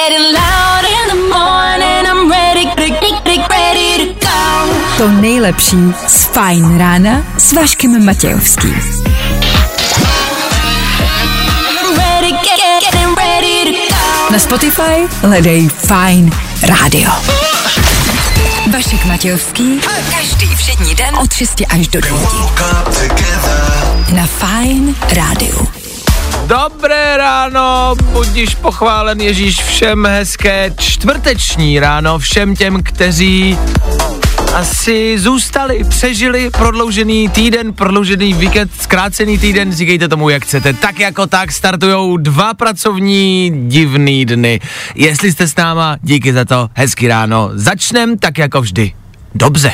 To nejlepší z Fajn rána s Vaškem Matějovským. Na Spotify hledej Fajn rádio. Vašek Matějovský každý všední den od 6 až do 9. Na Fajn rádiu. Dobré ráno, budiš pochválen Ježíš, všem hezké čtvrteční ráno, všem těm, kteří asi zůstali, přežili prodloužený týden, prodloužený víkend, zkrácený týden, říkejte tomu, jak chcete. Tak jako tak startujou 2 pracovní divný dny. Jestli jste s náma, díky za to, hezký ráno. Začnem tak jako vždy. Dobře.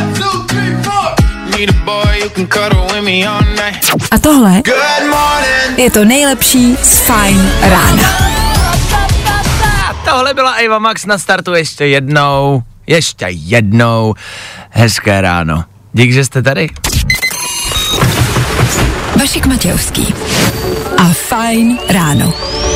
A tohle je to nejlepší z Fajn rána. Tohle byla Eva Max na startu ještě jednou. Hezké ráno. Díky, že jste tady. Vašek Matějovský a Fajn ráno.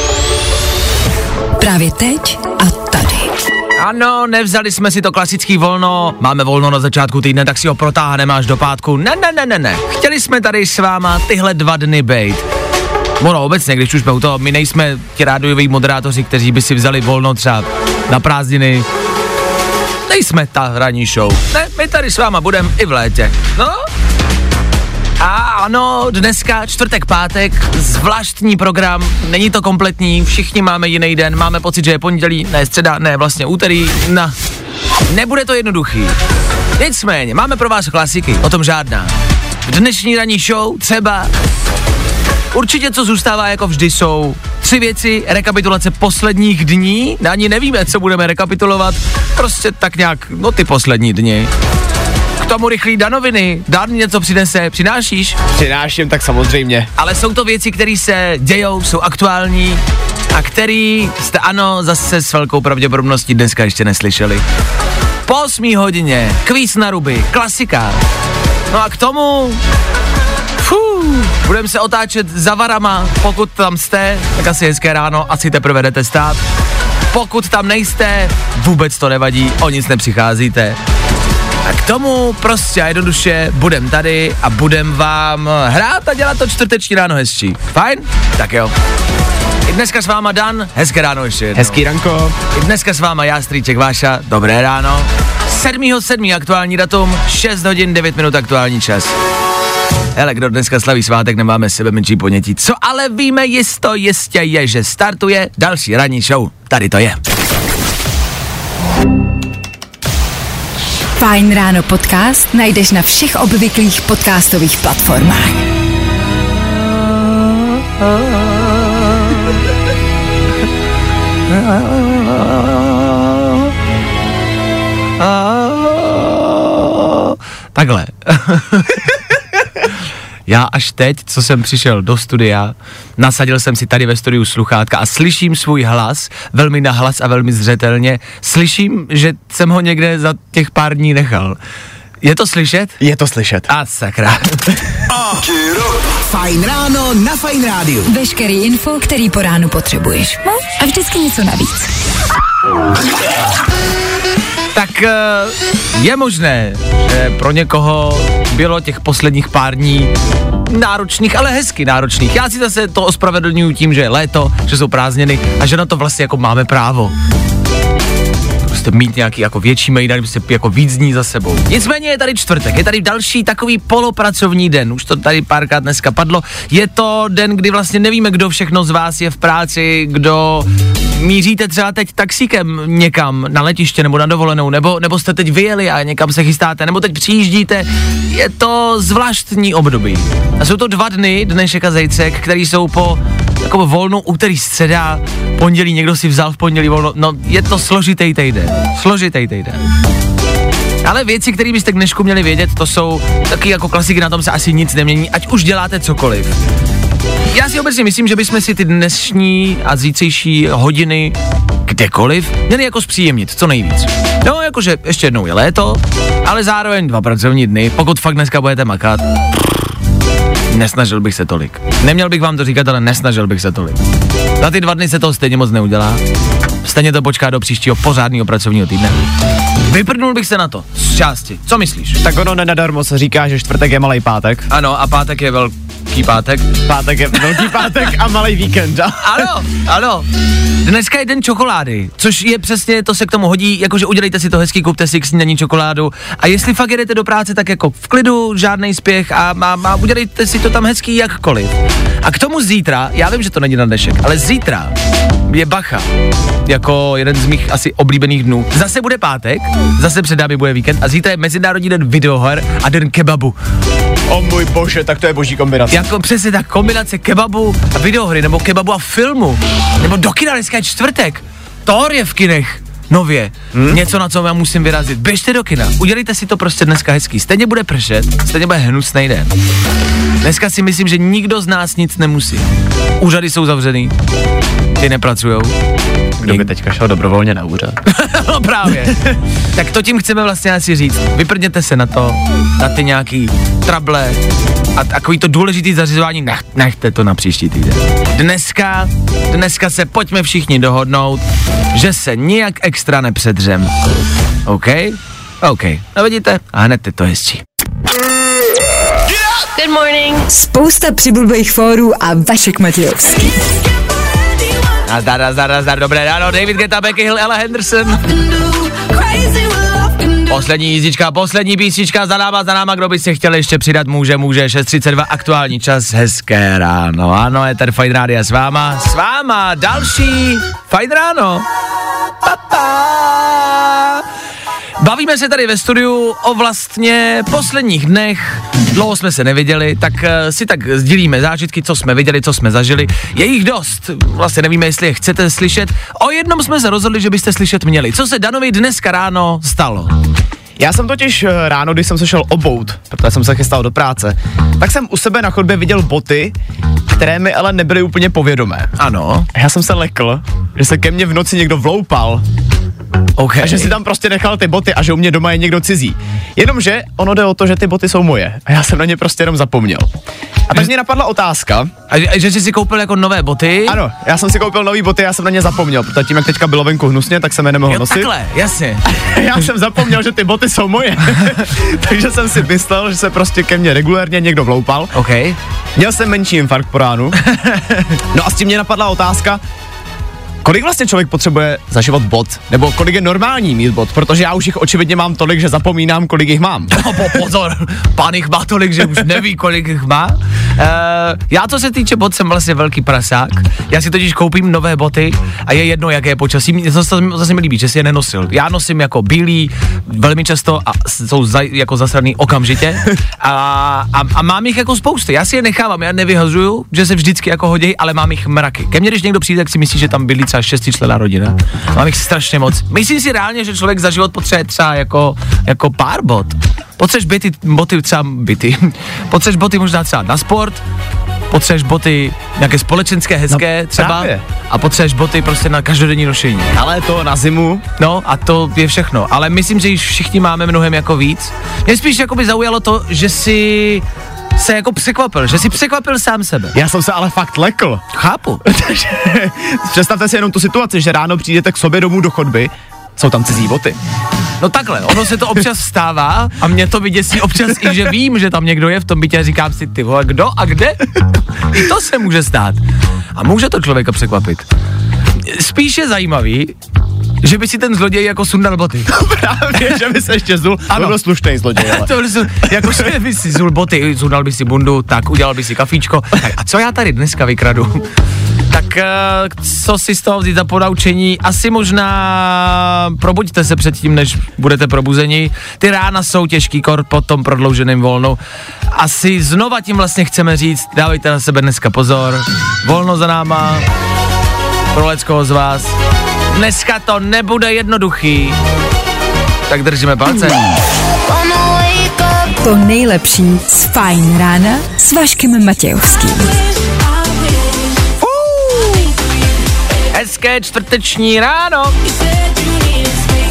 Právě teď a tady. Ano, nevzali jsme si to klasický volno, máme volno na začátku týdne, tak si ho protáhneme až do pátku. Ne. Chtěli jsme tady s váma tyhle 2 dny bejt. Ono obecně, když už jsme u toho, my nejsme ti rádioví moderátoři, kteří by si vzali volno třeba na prázdniny. Nejsme ta ranní show. Ne, my tady s váma budeme i v létě. No? A ano, dneska, čtvrtek, pátek, zvláštní program, není to kompletní, všichni máme jiný den, máme pocit, že je pondělí, ne středa, ne vlastně úterý, nebude to jednoduchý. Nicméně, máme pro vás klasiky, o tom žádná. V dnešní ranní show třeba určitě, co zůstává jako vždy, jsou 3 věci, rekapitulace posledních dní, ani nevíme, co budeme rekapitulovat, prostě tak nějak, ty poslední dny. K tomu rychlý danoviny, Dan něco přinese, přinášíš? Přináším, tak samozřejmě. Ale jsou to věci, které se dějou, jsou aktuální a který jste zase s velkou pravděpodobností dneska ještě neslyšeli. Po 8 hodině, kvíz na ruby, klasika. No a k tomu budeme se otáčet za varama, pokud tam jste, tak asi hezké ráno, asi teprve jdete stát. Pokud tam nejste, vůbec to nevadí, o nic nepřicházíte. A k tomu prostě a jednoduše budem tady a budem vám hrát a dělat to čtvrteční ráno hezčí. Fajn? Tak jo. I dneska s váma Dan, hezké ráno ještě jednou. Hezký ranko. I dneska s váma já, strýček Váša, dobré ráno. 7.7. aktuální datum, 6 hodin 9 minut aktuální čas. Hele, kdo dneska slaví svátek, nemáme sebe menší ponětí. Co ale víme jistě je, že startuje další ranní show. Tady to je. Fajn ráno podcast najdeš na všech obvyklých podcastových platformách. Takhle. Já až teď, co jsem přišel do studia, nasadil jsem si tady ve studiu sluchátka a slyším svůj hlas, velmi nahlas a velmi zřetelně. Slyším, že jsem ho někde za těch pár dní nechal. Je to slyšet? Je to slyšet. A sakra. Fajn ráno na Fajn rádiu. Veškerý info, který po ránu potřebuješ. No? A vždycky něco navíc. Tak je možné, že pro někoho bylo těch posledních pár dní náročných, ale hezky náročných. Já si zase to ospravedlňuji tím, že je léto, že jsou prázdniny a že na to vlastně jako máme právo. Prostě mít nějaký jako větší mejdan, prostě jako víc dní za sebou. Nicméně je tady čtvrtek, je tady další takový polopracovní den, už to tady párkrát dneska padlo. Je to den, kdy vlastně nevíme, kdo všechno z vás je v práci, kdo míříte třeba teď taxíkem někam na letiště nebo na dovolenou, nebo jste teď vyjeli a někam se chystáte, nebo teď přijíždíte. Je to zvláštní období. A jsou to 2 dny, dnešek a zejcek, který jsou po jako volnou úterý, středa, pondělí, někdo si vzal v pondělí volno, no je to složitý týden. Ale věci, které byste k dnešku měli vědět, to jsou taky jako klasiky, na tom se asi nic nemění, ať už děláte cokoliv. Já si obecně myslím, že bychom si ty dnešní a zítřejší hodiny kdekoliv měli jako zpříjemnit, co nejvíc. No, jakože ještě jednou je léto, ale zároveň 2 pracovní dny, pokud fakt dneska budete makat. Nesnažil bych se tolik. Neměl bych vám to říkat, ale nesnažil bych se tolik. Za ty 2 dny se toho stejně moc neudělá. Stejně to počká do příštího pořádného pracovního týdne. Vyprdnul bych se na to, z části. Co myslíš? Tak ono nenadarmo se říká, že čtvrtek je malej pátek. Ano, a pátek je velký pátek. Pátek je velký pátek a malej víkend. Ano. Dneska je den čokolády, což je přesně, to se k tomu hodí, jakože udělejte si to hezký, kupte si k snídaní čokoládu a jestli fakt jedete do práce, tak jako v klidu, žádnej spěch a udělejte si to tam hezký jakkoliv. A k tomu zítra, já vím, že to není na dnešek, ale zítra je bacha, jako jeden z mých asi oblíbených dnů. Zase bude pátek, zase před námi bude víkend a zítra je Mezinárodní den videoher a den kebabu. O můj bože, tak to je boží kombinace. Jako přesně tak kombinace kebabu a videohry, nebo kebabu a filmu, nebo do kina, dneska je čtvrtek, Thor je v kinech, nově, něco, na co já musím vyrazit, běžte do kina, udělejte si to prostě dneska hezký, stejně bude pršet, stejně bude hnusnej den. Dneska si myslím, že nikdo z nás nic nemusí. Úřady jsou zavřený, ty nepracujou. Kdo by teďka šel dobrovolně na úřad? No právě. Tak to tím chceme vlastně asi říct. Vyprdněte se na to, na ty nějaký trable a takový to důležitý zařizování, nechte to na příští týden. Dneska se pojďme všichni dohodnout, že se nijak extra nepředřem. OK? No vidíte? A hned je to hezčí. Good morning. Spousta přibulbých fórů a Vašek Matějovský. Zdar, dobré ráno, David Guetta, Becky Hill, Ella Henderson. Poslední jízdička, poslední písnička za náma, kdo by se chtěl ještě přidat, může, 6:32, aktuální čas, hezké ráno. Ano, je tady Fajn Rádia s váma, další Fajn ráno. Bavíme se tady ve studiu o vlastně posledních dnech, dlouho jsme se neviděli, tak si tak sdílíme zážitky, co jsme viděli, co jsme zažili. Je jich dost, vlastně nevíme, jestli je chcete slyšet. O jednom jsme se rozhodli, že byste slyšet měli. Co se Danovi dneska ráno stalo? Já jsem totiž ráno, když jsem se šel obout, protože jsem se chystal do práce, tak jsem u sebe na chodbě viděl boty, které mi ale nebyly úplně povědomé. Ano. A já jsem se lekl, že se ke mně v noci někdo vloupal. Okay. A že si tam prostě nechal ty boty a že u mě doma je někdo cizí. Jenomže ono jde o to, že ty boty jsou moje. A já jsem na ně prostě jenom zapomněl. A tak mě napadla otázka. A že jsi si koupil jako nové boty? Ano, já jsem si koupil nový boty, já jsem na ně zapomněl, protože tím, jak teďka bylo venku hnusně, tak jsem je nemohl nosit. Takhle, jasně. Já jsem zapomněl, že ty boty jsou moje. Takže jsem si myslel, že se prostě ke mně regulérně někdo vloupal. OK. Měl jsem menší infarkt po ránu. No a s tím mě napadla otázka, kolik vlastně člověk potřebuje za život bot? Nebo kolik je normální mít bot? Protože já už jich očividně mám tolik, že zapomínám, kolik jich mám. No, pozor, pán jich má tolik, že už neví, kolik jich má. Já, co se týče bot, jsem vlastně velký prasák. Já si totiž koupím nové boty a je jedno, jaké je počasí. To se mi líbí, že si je nenosil. Já nosím jako bílý velmi často a jsou jako zasraný okamžitě. A mám jich jako spousty. Já si je nechávám, já nevyhazuju, že se vždycky jako hodějí, ale mám jich mraky. Ke mně, když někdo přijde, tak si myslí, že tam byli třeba 6členná rodina. Mám jich strašně moc. Myslím si reálně, že člověk za život potřebuje třeba jako pár bot. Potřebuješ boty třeba byty. Potřebuješ boty možná třeba na sport. Potřebuješ boty nějaké společenské, hezké třeba. Právě. A potřebuješ boty prostě na každodenní nošení. Ale to na zimu. No a to je všechno. Ale myslím, že již všichni máme mnohem jako víc. Mě spíš jako by zaujalo to, že si se jako překvapil, že si překvapil sám sebe. Já jsem se ale fakt lekl. Chápu. Takže představte si jenom tu situaci, že ráno přijdete k sobě domů do chodby, jsou tam cizí boty. No takhle, ono se to občas stává a mě to vyděsí občas i, že vím, že tam někdo je v tom bytě a říkám si, ty vole, kdo a kde? I to se může stát. A může to člověka překvapit. Spíš je zajímavý, že by si ten zloděj jako sundal boty. Právě, že by se ještě zul, to byl slušnej zloděj, ale. Jako, že by si zul boty, sundal by si bundu, tak udělal by si kafíčko. Tak a co já tady dneska vykradu? Tak co si z toho vzít za ponaučení? Asi možná probuďte se předtím, než budete probuzeni. Ty rána jsou těžký, kor po tom prodlouženém volnu. Asi znova tím vlastně chceme říct, dávejte na sebe dneska pozor. Volno za náma, pro leckoho z vás. Dneska to nebude jednoduchý. Tak držíme palce. To nejlepší z Fajn rána s Vaškem Matějovským. Hezké čtvrteční ráno.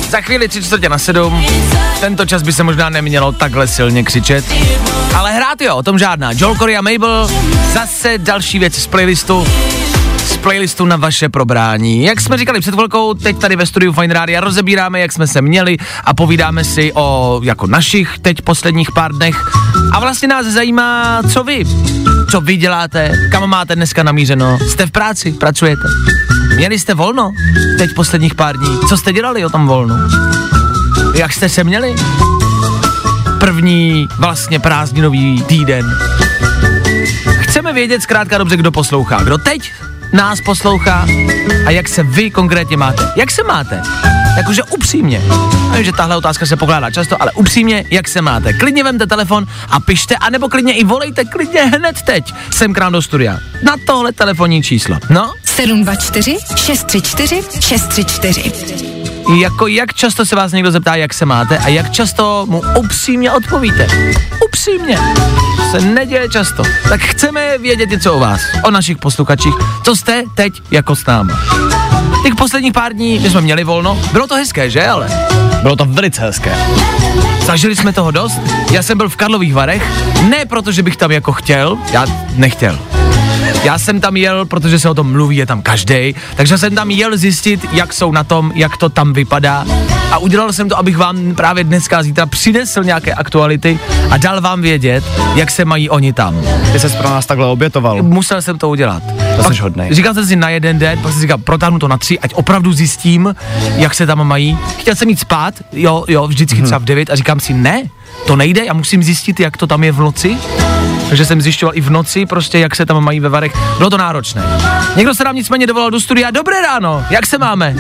Za chvíli 6:45. Tento čas by se možná nemělo takhle silně křičet. Ale hrát jo, o tom žádná. Joel Corey a Mabel, zase další věci z playlistu na vaše probrání. Jak jsme říkali před chvilkou, teď tady ve studiu Fajn Rádia rozebíráme, jak jsme se měli a povídáme si o jako našich teď posledních pár dnech. A vlastně nás zajímá, co vy děláte, kam máte dneska namířeno, jste v práci, pracujete. Měli jste volno teď posledních pár dní, co jste dělali o tom volnu? Jak jste se měli? První vlastně prázdninový týden. Chceme vědět zkrátka dobře, kdo poslouchá, kdo teď nás poslouchá a jak se vy konkrétně máte. Jak se máte? Jakože upřímně. Vím, že tahle otázka se pokládá často, ale upřímně, jak se máte? Klidně vemte telefon a pište, anebo klidně i volejte, klidně hned teď sem k nám do studia. Na tohle telefonní číslo. No? 724 634 634. Jako jak často se vás někdo zeptá, jak se máte a jak často mu upřímně odpovíte. Upřímně. To se neděje často. Tak chceme vědět něco o vás, o našich posluchačích. Co jste teď jako s námi? Těch posledních pár dní, my jsme měli volno, bylo to hezké, že ale? Bylo to velice hezké. Zažili jsme toho dost. Já jsem byl v Karlových Varech, ne protože bych tam jako chtěl, já nechtěl. Já jsem tam jel, protože se o tom mluví, je tam každej, takže jsem tam jel zjistit, jak jsou na tom, jak to tam vypadá a udělal jsem to, abych vám právě dneska a zítra přinesl nějaké aktuality a dal vám vědět, jak se mají oni tam. Ty ses pro nás takhle obětoval. Musel jsem to udělat. To jsi hodnej. Říkal jsem si na jeden den, pak jsem si říkal, protáhnu to na 3, ať opravdu zjistím, jak se tam mají. Chtěl jsem jít spát, jo, vždycky třeba v 9 a říkám si, ne, to nejde, já musím zjistit, jak to tam je v noci. Takže jsem zjišťoval i v noci prostě, jak se tam mají ve Varech. Bylo to náročné. Někdo se nám nicméně dovolal do studia. Dobré ráno, jak se máme?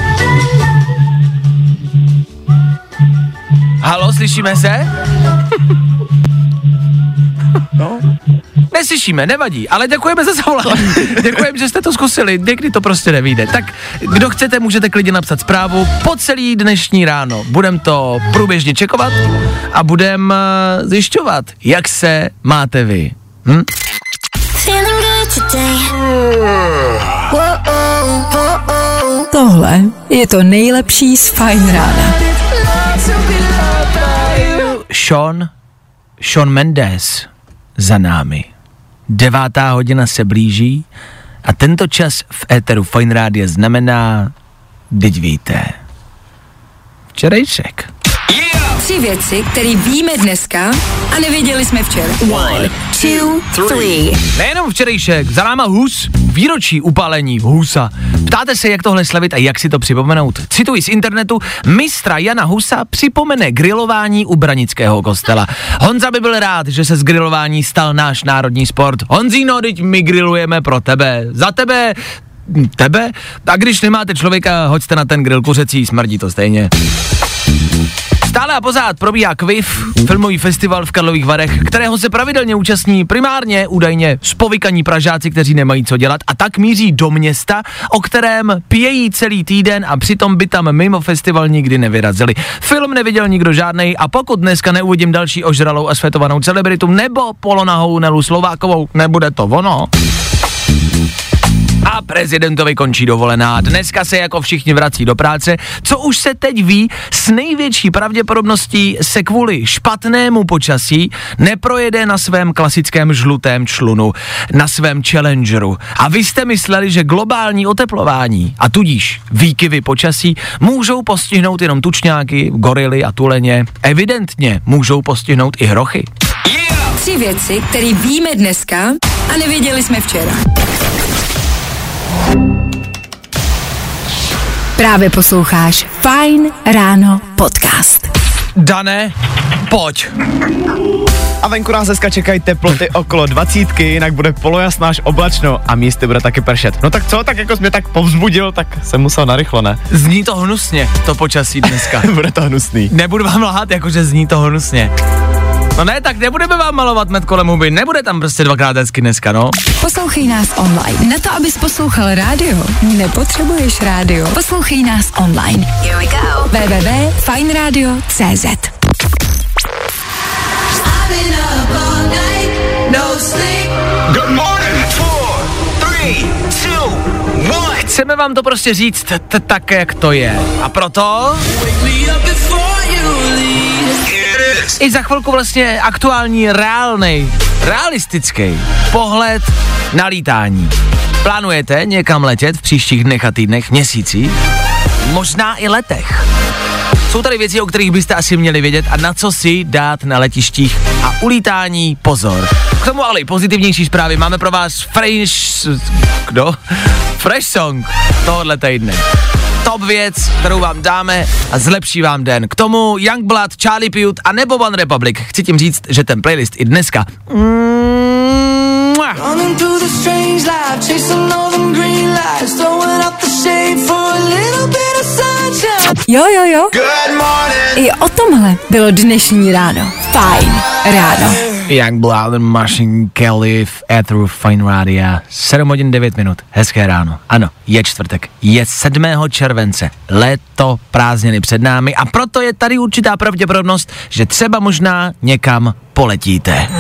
Halo, slyšíme se? No. Neslyšíme, nevadí, ale děkujeme za zavolání. Děkujeme, že jste to zkusili, někdy to prostě nevyjde. Tak kdo chcete, můžete klidně napsat zprávu po celý dnešní ráno. Budem to průběžně čekovat a budem zjišťovat, jak se máte vy. Tohle je to nejlepší z Fajn rána. Shawn Mendes za námi. 9:00 se blíží a tento čas v éteru Fajn Rádia znamená, teď víte, včerejšek. 3 věci, které víme dneska a nevěděli jsme včera. 1, 2, 3. Nejenom včerejšek, za náma Hus, výročí upálení Husa. Ptáte se, jak tohle slavit a jak si to připomenout. Cituji z internetu, mistra Jana Husa připomene grilování u Branického kostela. Honza by byl rád, že se z grilování stal náš národní sport. Honzíno, teď my grilujeme pro tebe, za tebe, a když nemáte člověka, hoďte na ten grill kuřecí, smrdí to stejně. Stále a pořád probíhá KVIF, filmový festival v Karlových Varech, kterého se pravidelně účastní primárně údajně spovykaní Pražáci, kteří nemají co dělat a tak míří do města, o kterém pějí celý týden a přitom by tam mimo festival nikdy nevyrazili. Film neviděl nikdo žádnej a pokud dneska neuvidím další ožralou a světovanou celebritu nebo polonahou Nelu Slovákovou, nebude to ono. A prezidentovi končí dovolená. Dneska se jako všichni vrací do práce. Co už se teď ví, s největší pravděpodobností se kvůli špatnému počasí neprojede na svém klasickém žlutém člunu, na svém Challengeru. A vy jste mysleli, že globální oteplování a tudíž výkyvy počasí můžou postihnout jenom tučňáky, gorily a tuleně. Evidentně můžou postihnout i hrochy. 3 věci, které víme dneska a nevěděli jsme včera. Právě posloucháš Fajn ráno podcast. Dane, pojď. A venku nás dneska čekají teploty okolo 20, jinak bude polojasno až oblačno a místy bude taky pršet. No tak co, tak jako jsi mě tak povzbudil, tak jsem musel narychlo, ne? Zní to hnusně, to počasí dneska. Bude to hnusný. Nebudu vám lhát, jakože zní to hnusně. No ne, tak nebudeme vám malovat med kolem huby, nebude tam prostě 2krát hezky dneska, no. Poslouchej nás online. Na to, abys poslouchal rádio, nepotřebuješ rádio. Poslouchej nás online. Here we go. www.fajnradio.cz. Good morning. 4, 3, 2, 1. Chceme vám to prostě říct tak, jak to je. A proto i za chvilku vlastně aktuální, realistický pohled na lítání. Plánujete někam letět v příštích dnech a týdnech, měsících? Možná i letech. Jsou tady věci, o kterých byste asi měli vědět a na co si dát na letištích a u lítání pozor. K tomu ale i pozitivnější zprávy. Máme pro vás Fresh song tohohle týdne. Top věc, kterou vám dáme a zlepší vám den. K tomu Youngblood, Charlie Puth a nebo One Republic. Chci tím říct, že ten playlist i dneska Jo. I o tomhle bylo dnešní ráno. Fajn ráno. Youngblood and Machine Kelly v Etheru Fine Radio. 7 hodin 9 minut. Hezké ráno. Ano, je čtvrtek. Je 7. července. Léto, prázdniny před námi a proto je tady určitá pravděpodobnost, že třeba možná někam poletíte.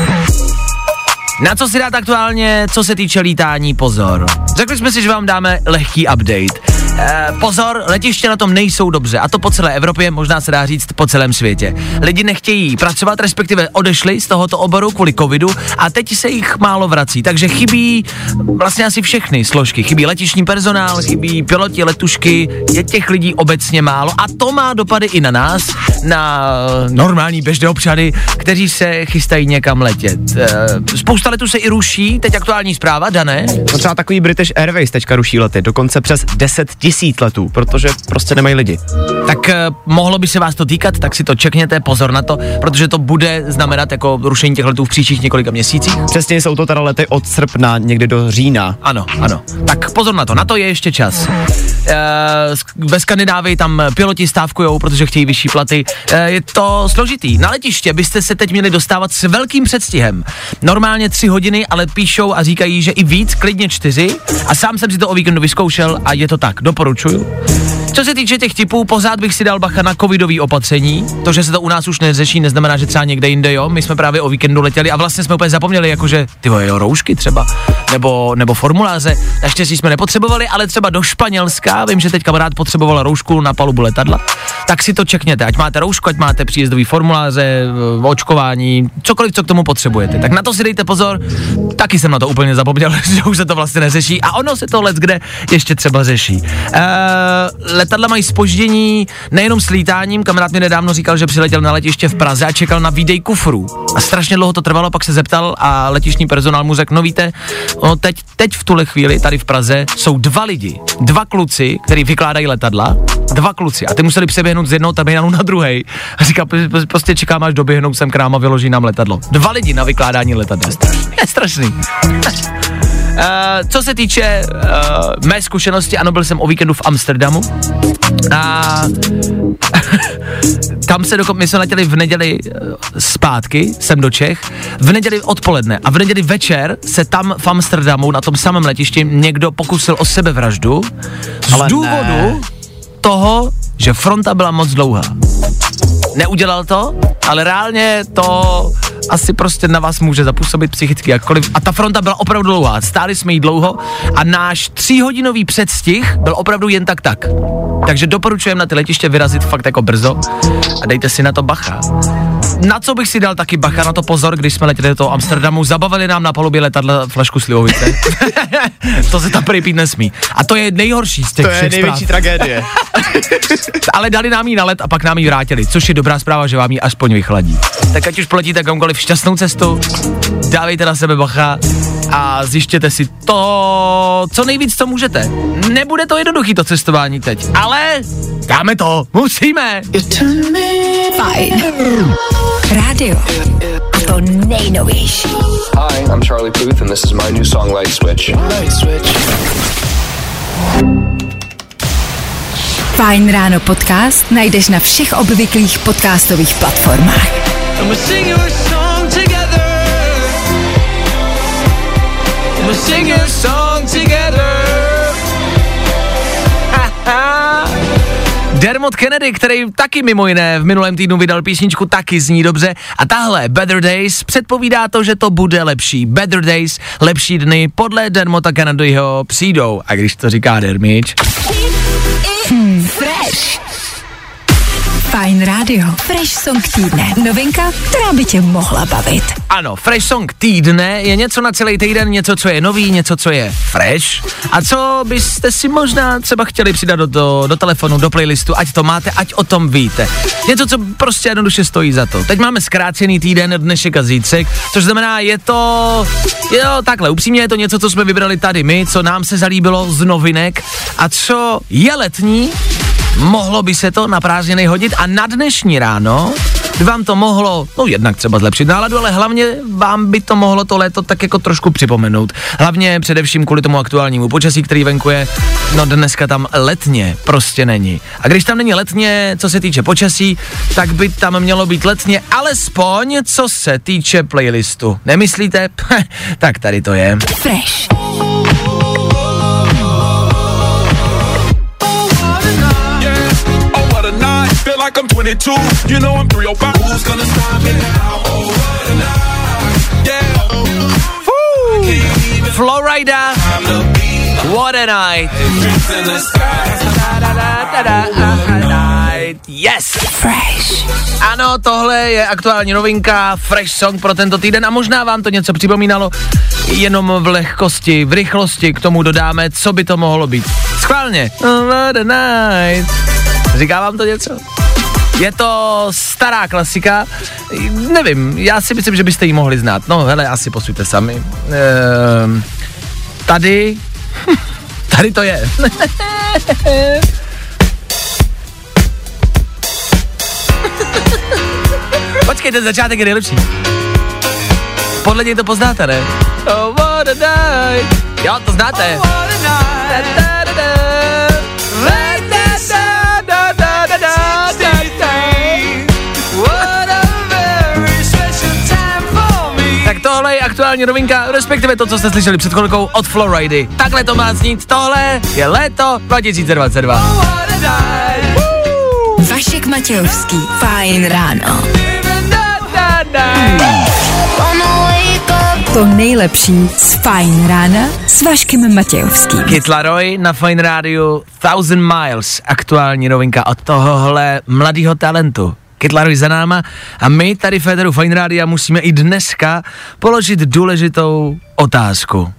Na co si dát aktuálně, co se týče lítání, pozor. Řekli jsme si, že vám dáme lehký update. Pozor, letiště na tom nejsou dobře, a to po celé Evropě, možná se dá říct po celém světě. Lidi nechtějí pracovat, respektive odešli z tohoto oboru kvůli covidu a teď se jich málo vrací, takže chybí vlastně asi všechny složky. Chybí letištní personál, chybí piloti, letušky, je těch lidí obecně málo a to má dopady i na nás, na normální běžné občany, kteří se chystají někam letět. Spousta letů se i ruší, teď aktuální zpráva, Dané? No třeba takový British Airways teďka ruší lety, dokonce přes 10 000 letů, protože prostě nemají lidi. Tak mohlo by se vás to týkat, tak si to čekněte, pozor na to, protože to bude znamenat jako rušení těch letů v příštích několika měsících. Přesně, jsou to teda lety od srpna někdy do října. Ano. Tak pozor na to je ještě čas. Ve Skandinávii tam piloti stávkujou, protože chtějí vyšší platy. Je to složitý. Na letiště byste se teď měli dostávat s velkým předstihem. Normálně 3 hodiny, ale píšou a říkají, že i víc, klidně 4. A sám jsem si to o víkendu vyzkoušel a je to tak, doporučuju. Co se týče těch typů, pořád bych si dal bacha na covidový opatření. To, že se to u nás už neřeší, neznamená, že třeba někde jinde, jo. My jsme právě o víkendu letěli a vlastně jsme úplně zapomněli, jakože roušky třeba, nebo formuláře. Naštěstí jsme nepotřebovali, ale třeba do Španělska, vím, že teď kamarád potřeboval roušku na palubu letadla, tak si to čekněte, ať máte roušku, ať máte příjezdový formuláře, očkování, cokoliv, co k tomu potřebujete. Tak na to si dejte pozor, taky jsem na to úplně zapomněl, že už se to vlastně neřeší a ono se to leckde ještě třeba řeší. Letadla mají zpoždění nejenom s lítáním, kamarád mi nedávno říkal, že přiletěl na letiště v Praze a čekal na výdej kufrů. A strašně dlouho to trvalo, pak se zeptal a letištní personál mu řekl, no víte, teď v tuhle chvíli tady v Praze jsou 2 lidi, 2 kluci, kteří vykládají letadla, 2 kluci a ty museli přeběhnout z jednoho terminálu na druhej. A říká, prostě čekám, až doběhnou sem k nám a vyloží nám letadlo. 2 lidi na vykládání letadla. Je strašný. Co se týče mé zkušenosti, ano, byl jsem o víkendu v Amsterdamu a tam my jsme letěli v neděli zpátky, sem do Čech, v neděli odpoledne a v neděli večer se tam v Amsterdamu na tom samém letišti někdo pokusil o sebevraždu z důvodu toho, že fronta byla moc dlouhá. Neudělal to, ale reálně to asi prostě na vás může zapůsobit psychicky jakkoliv. A ta fronta byla opravdu dlouhá, stáli jsme jí dlouho a náš 3hodinový předstih byl opravdu jen tak. Takže doporučujeme na ty letiště vyrazit fakt jako brzo a dejte si na to bacha. Na co bych si dal taky bacha, na to pozor, když jsme letěli do toho Amsterdamu, zabavili nám na palubě letadla flašku slivovice. To se tam prý nesmí. A to je nejhorší z těch všech zpráv. To je největší tragédie. Ale dali nám ji na let a pak nám ji vrátili, což je dobrá zpráva, že vám ji aspoň vychladí. Tak ať už poletíte kamkoliv šťastnou cestu, dávejte na sebe bacha a zjištěte si to, co nejvíc, co můžete. Nebude to jednoduchý to cestování teď, ale dáme to, musíme. Fajn rádio. A to nejnovější. Hi, I'm Charlie Puth and this is my new song Light Switch. Light Switch. Fajn ráno podcast najdeš na všech obvyklých podcastových platformách. Dermot Kennedy, který taky mimo jiné v minulém týdnu vydal písničku, taky zní dobře. A tahle Better Days předpovídá to, že to bude lepší. Better Days, lepší dny, podle Dermota Kennedyho přijdou. A když to říká Dermič. Fresh. Fajn rádio. Fresh song týdne. Novinka, která by tě mohla bavit. Ano, Fresh song týdne je něco na celý týden, něco, co je nový, něco, co je fresh. A co byste si možná třeba chtěli přidat do telefonu, do playlistu, ať to máte, ať o tom víte. Něco, co prostě jednoduše stojí za to. Teď máme zkrácený týden, dnešek a zítřek, což znamená, je to takhle, upřímně je to něco, co jsme vybrali tady my, co nám se zalíbilo z novinek a co je letní. Mohlo by se to na prázdniny hodit a na dnešní ráno by vám to mohlo, jednak třeba zlepšit náladu, ale hlavně vám by to mohlo to léto tak jako trošku připomenout. Hlavně především kvůli tomu aktuálnímu počasí, který venku je, dneska tam letně prostě není. A když tam není letně, co se týče počasí, tak by tam mělo být letně alespoň, co se týče playlistu. Nemyslíte? Tak tady to je. Fresh. Like I'm 22, you know I'm 305. Who's gonna stop me now? Oh, what a night. Yeah. Florida. What a night. Yes. Fresh. Ano, tohle je aktuální novinka, fresh song pro tento týden a možná vám to něco připomínalo, jenom v lehkosti, v rychlosti k tomu dodáme, co by to mohlo být. Schválně. Oh, what a night. Říká vám to něco? Je to stará klasika, nevím, já si myslím, že byste ji mohli znát. No hele, asi posuďte sami. Tady to je. Počkejte, začátek je nejlepší. Podle něj to poznáte, ne? Oh, what a night. Jo, to znáte. Oh, what a night. Tak tohle je aktuální novinka, respektive to, co jste slyšeli před chvilkou od Floridy. Takhle to má znít, tohle je léto 2022. Vašek Matějovský, Fajn ráno. To nejlepší z Fajn rána s Vaškem Matějovským. Kid Laroi na Fajn rádiu 1000 Miles, aktuální novinka od tohohle mladého talentu. Kid Laroi za náma a my tady v éteru Fajn rádia musíme i dneska položit důležitou otázku.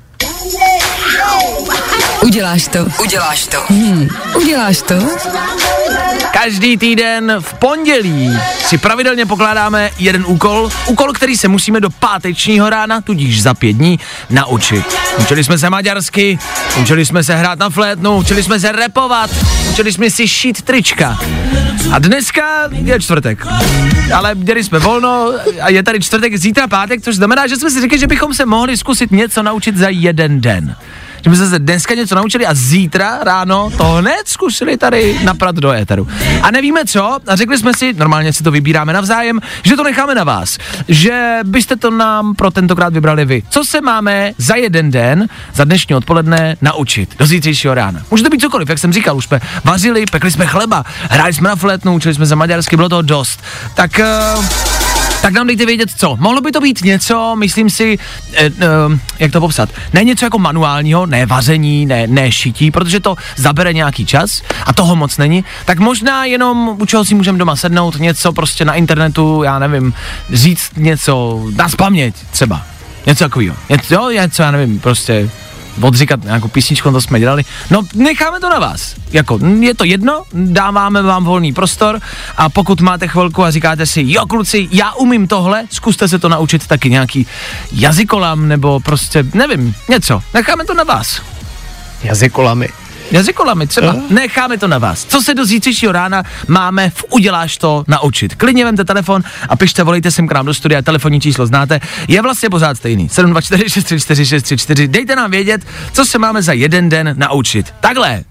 Uděláš to. Uděláš to. Uděláš to? Každý týden v pondělí si pravidelně pokládáme jeden úkol, který se musíme do pátečního rána, tudíž za 5 dní, naučit. Učili jsme se maďarsky, učili jsme se hrát na flétnu, učili jsme se rapovat, učili jsme si šít trička. A dneska je čtvrtek, ale měli jsme volno a je tady čtvrtek, zítra pátek, což znamená, že jsme si řekli, že bychom se mohli zkusit něco naučit za jeden den. Že jsme se dneska něco naučili a zítra ráno to hned zkusili tady naprat do éteru. A nevíme co, a řekli jsme si, normálně si to vybíráme navzájem, že to necháme na vás, že byste to nám pro tentokrát vybrali vy. Co se máme za jeden den, za dnešní odpoledne naučit do zítřejšího rána. Může to být cokoliv, jak jsem říkal, už jsme vařili, pekli jsme chleba, hráli jsme na flétnu, učili jsme se maďarsky, bylo toho dost. Tak nám dejte vědět co. Mohlo by to být něco, myslím si, jak to popsat, ne něco jako manuálního, ne vaření, ne šití, protože to zabere nějaký čas a toho moc není, tak možná jenom u čeho si můžeme doma sednout, něco prostě na internetu, já nevím, říct něco, nazpaměť třeba, něco takového, něco, já nevím, prostě odříkat nějakou písničku, to jsme dělali. No, necháme to na vás. Jako, je to jedno, dáváme vám volný prostor a pokud máte chvilku a říkáte si, jo kluci, já umím tohle, zkuste se to naučit taky nějaký jazykolam nebo prostě, nevím, něco. Necháme to na vás. Jazykolami třeba. Necháme to na vás. Co se do zítřejšího rána máme v Uděláš to naučit. Klidně vemte telefon a pište, volejte sem k nám do studia, telefonní číslo znáte. Je vlastně pořád stejný. 724 634 634. Dejte nám vědět, co se máme za jeden den naučit. Takhle.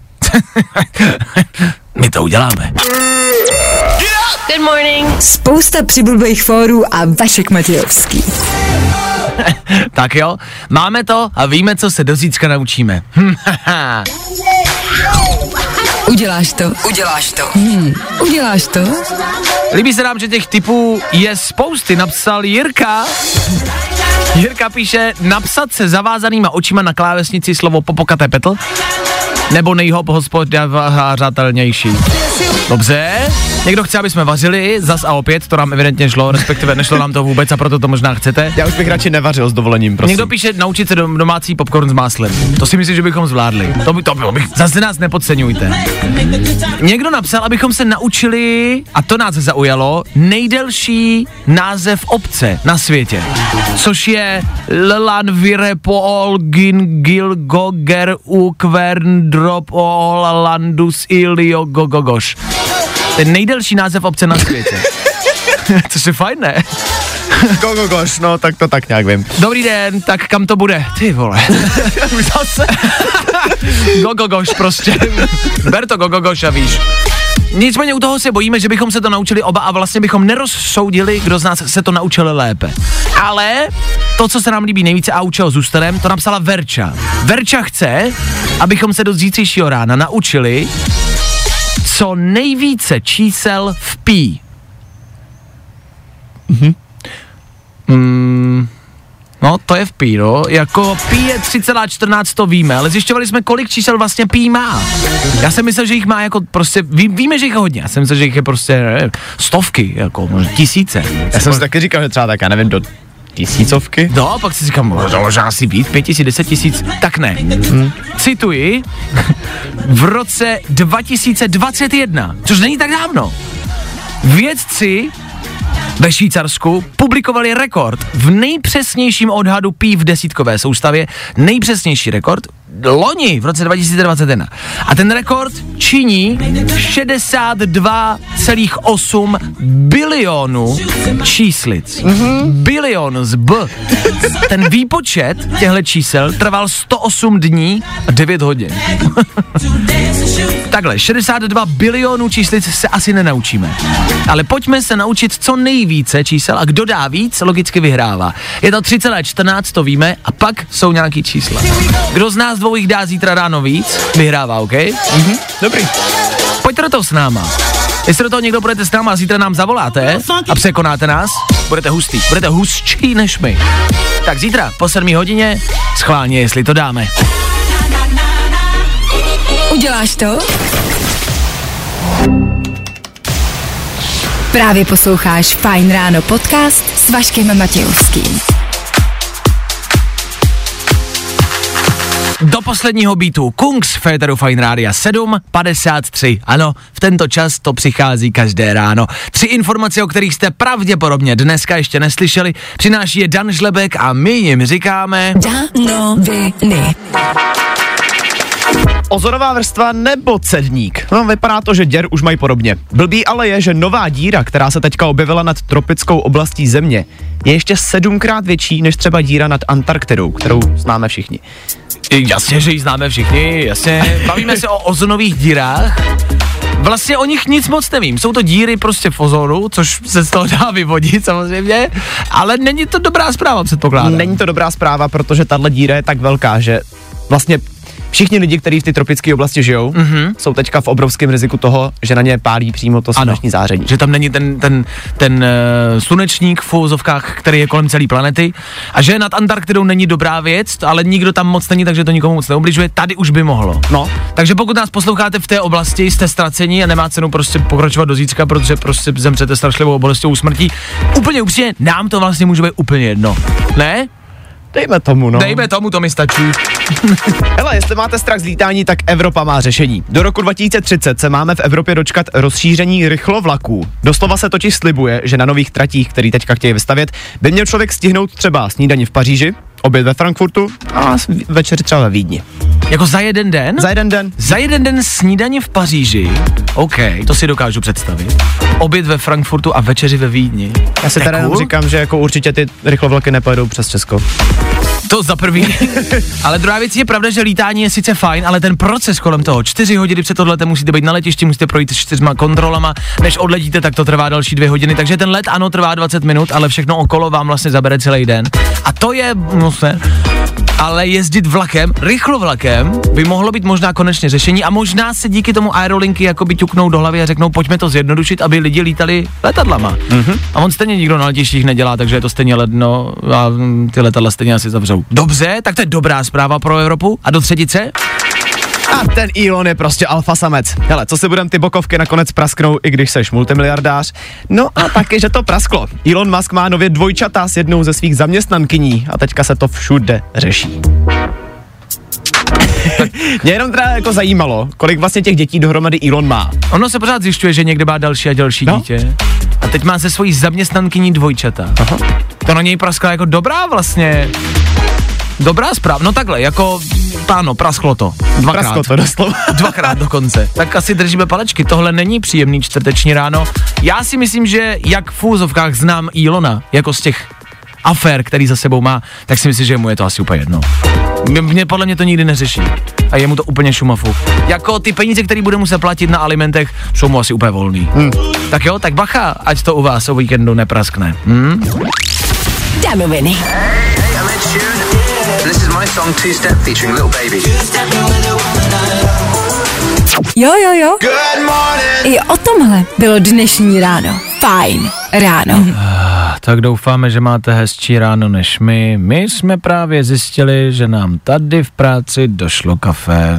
My to uděláme. Good morning. Spousta přibulbých fórů a Vašek Matějovský. Tak jo, máme to a víme, co se do zítřka naučíme. Uděláš to. Uděláš to. Líbí se nám, že těch typů je spousty, napsal Jirka. Jirka píše, napsat se zavázanýma očima na klávesnici slovo popokaté petl, nebo nejhospodářatelnější. Dobře, někdo chce, aby jsme vařili, zas a opět, to nám evidentně šlo, respektive nešlo nám to vůbec a proto to možná chcete. Já už bych radši nevařil s dovolením, prosím. Někdo píše, naučit se domácí popcorn s máslem. To si myslím, že bychom zvládli. To by zase nás nepodceňujte. Někdo napsal, abychom se naučili, a to nás zaujalo, nejdelší název obce na světě, což je Lanvirepool Gilgoger Ukverndrop Landus Ilio Gogogoš. Ten nejdelší název obce na světě. Což je fajn, ne? Gogogoš, no tak to tak nějak vím. Dobrý den, tak kam to bude? Ty vole. Už zase. Gogogoš prostě. Ber to Gogogoša, víš. Nicméně u toho se bojíme, že bychom se to naučili oba a vlastně bychom nerozsoudili, kdo z nás se to naučil lépe. Ale to, co se nám líbí nejvíce a u čeho zůstaneme, to napsala Verča. Verča chce, abychom se do zítřejšího rána naučili co nejvíce čísel v pí. No, to je v pí, no. Jako pí je 3,14, to víme, ale zjišťovali jsme, kolik čísel vlastně pí má. Já jsem myslel, že jich má jako prostě, víme, že jich je hodně, já jsem myslel, že jich je prostě, nevím, stovky, jako tisíce. Já jsem si taky říkal, že třeba tak, já nevím, do tisícovky. No, pak si říkám, možná asi víc, 5 000, 10 000, tak ne. Cituji, v roce 2021, což není tak dávno, vědci ve Švýcarsku publikovali rekord v nejpřesnějším odhadu pí v desítkové soustavě, nejpřesnější rekord loni v roce 2021. A ten rekord činí 62,8 bilionů číslic. Bilion z B. Ten výpočet těchto čísel trval 108 dní a 9 hodin. Takhle, 62 bilionů číslic se asi nenaučíme. Ale pojďme se naučit co nejvíce čísel a kdo dá víc, logicky vyhrává. Je to 3,14, to víme, a pak jsou nějaký čísla. Kdo z nás dvou jich dá zítra ráno víc, vyhrává, OK? Dobrý. Pojďte do toho s náma. Jestli do toho někdo budete s náma a zítra nám zavoláte a překonáte nás, budete hustý, budete hustší než my. Tak zítra po 7 hodině schválně, jestli to dáme. Uděláš to? Právě posloucháš Fajn ráno podcast s Vaškem Matějovským. Do posledního beatu Kungs Féteru Fajn Rádia 7:53. Ano, v tento čas to přichází každé ráno. 3 informace, o kterých jste pravděpodobně dneska ještě neslyšeli, přináší je Dan Žlebek a my jim říkáme Danoviny. Ozonová vrstva nebo cedník? No, vypadá to, že děr už mají podobně. Blbý ale je, že nová díra, která se teďka objevila nad tropickou oblastí Země, je ještě 7krát větší než třeba díra nad Antarktidou, kterou známe všichni. Jasně, že ji známe všichni, jasně. Bavíme se o ozonových dírách. Vlastně o nich nic moc nevím. Jsou to díry prostě v ozonu, což se z toho dá vyvodit samozřejmě, ale není to dobrá zpráva, předpokládám. Není to dobrá zpráva, protože tahle díra je tak velká, že vlastně všichni lidi, kteří v té tropické oblasti žijou, jsou teďka v obrovském riziku toho, že na ně pálí přímo to sluneční záření. Že tam není ten slunečník v uvozovkách, který je kolem celé planety, a že nad Antarktidou není dobrá věc, ale nikdo tam moc není, takže to nikomu moc neubližuje. Tady už by mohlo. No. Takže pokud nás posloucháte v té oblasti, jste ztraceni a nemá cenu prostě pokračovat do zítřka, protože prostě zemřete strašlivou bolestivou smrtí. Úplně upřímně, nám to vlastně může být úplně jedno. Ne? Dejme tomu, no. Dejme tomu, to mi stačí. Hele, jestli máte strach z lítání, tak Evropa má řešení. Do roku 2030 se máme v Evropě dočkat rozšíření rychlovlaků. Doslova se totiž slibuje, že na nových tratích, který teďka chtějí vystavět, by měl člověk stihnout třeba snídani v Paříži, oběd ve Frankfurtu a večeři třeba ve Vídni. Jako za jeden den? Za jeden den. Za jeden den snídaně v Paříži. OK, to si dokážu představit. Oběd ve Frankfurtu a večeři ve Vídni. Já si teda říkám, že jako určitě ty rychlovlaky nepojedou přes Česko. To za prvý. Ale druhá věc je pravda, že lítání je sice fajn, ale ten proces kolem toho, 4 hodiny před odletem musíte být na letišti, musíte projít 4 kontrolama, než odletíte, tak to trvá další 2 hodiny, takže ten let ano trvá 20 minut, ale všechno okolo vám vlastně zabere celý den. A to je, ale jezdit vlakem, rychlovlakem, by mohlo být možná konečně řešení a možná se díky tomu aerolinky jakoby ťuknou do hlavy a řeknou, pojďme to zjednodušit, aby lidi lítali letadlama. A on stejně nikdo na letištích nedělá, takže je to stejně ledno a ty letadla stejně asi zavřou. Dobře, tak to je dobrá zpráva pro Evropu. A do třetice? A ten Elon je prostě alfa samec. Hele, co si budem, ty bokovky nakonec prasknou, i když seš multimiliardář. No a taky, že to prasklo. Elon Musk má nově dvojčata s jednou ze svých zaměstnankyní a teďka se to všude řeší. Mě jenom teda jako zajímalo, kolik vlastně těch dětí dohromady Elon má. Ono se pořád zjišťuje, že někde má další a další dítě. A teď má se svojí zaměstnankyní dvojčata. Aha. To na něj praskla jako dobrá vlastně. Dobrá zpráva, no takhle, jako páno, prasklo to. Prasklo to doslova. Dvakrát dokonce. Tak asi držíme palečky, tohle není příjemný čtvrteční ráno. Já si myslím, že jak v úzovkách znám Elona, jako z těch afér, který za sebou má, tak si myslím, že mu je to asi úplně jedno. Podle mě to nikdy neřeší. A je mu to úplně šumafu. Jako ty peníze, které bude muset platit na alimentech, jsou mu asi úplně volný. Tak jo, tak bacha, ať to u vás o víkendu nepraskne. Danoviny. This is my song Two Step featuring Lil Baby. Jo. Good morning. I o tomhle bylo dnešní ráno. Fajn ráno. Tak doufáme, že máte hezčí ráno než my. My jsme právě zjistili, že nám tady v práci došlo kafe.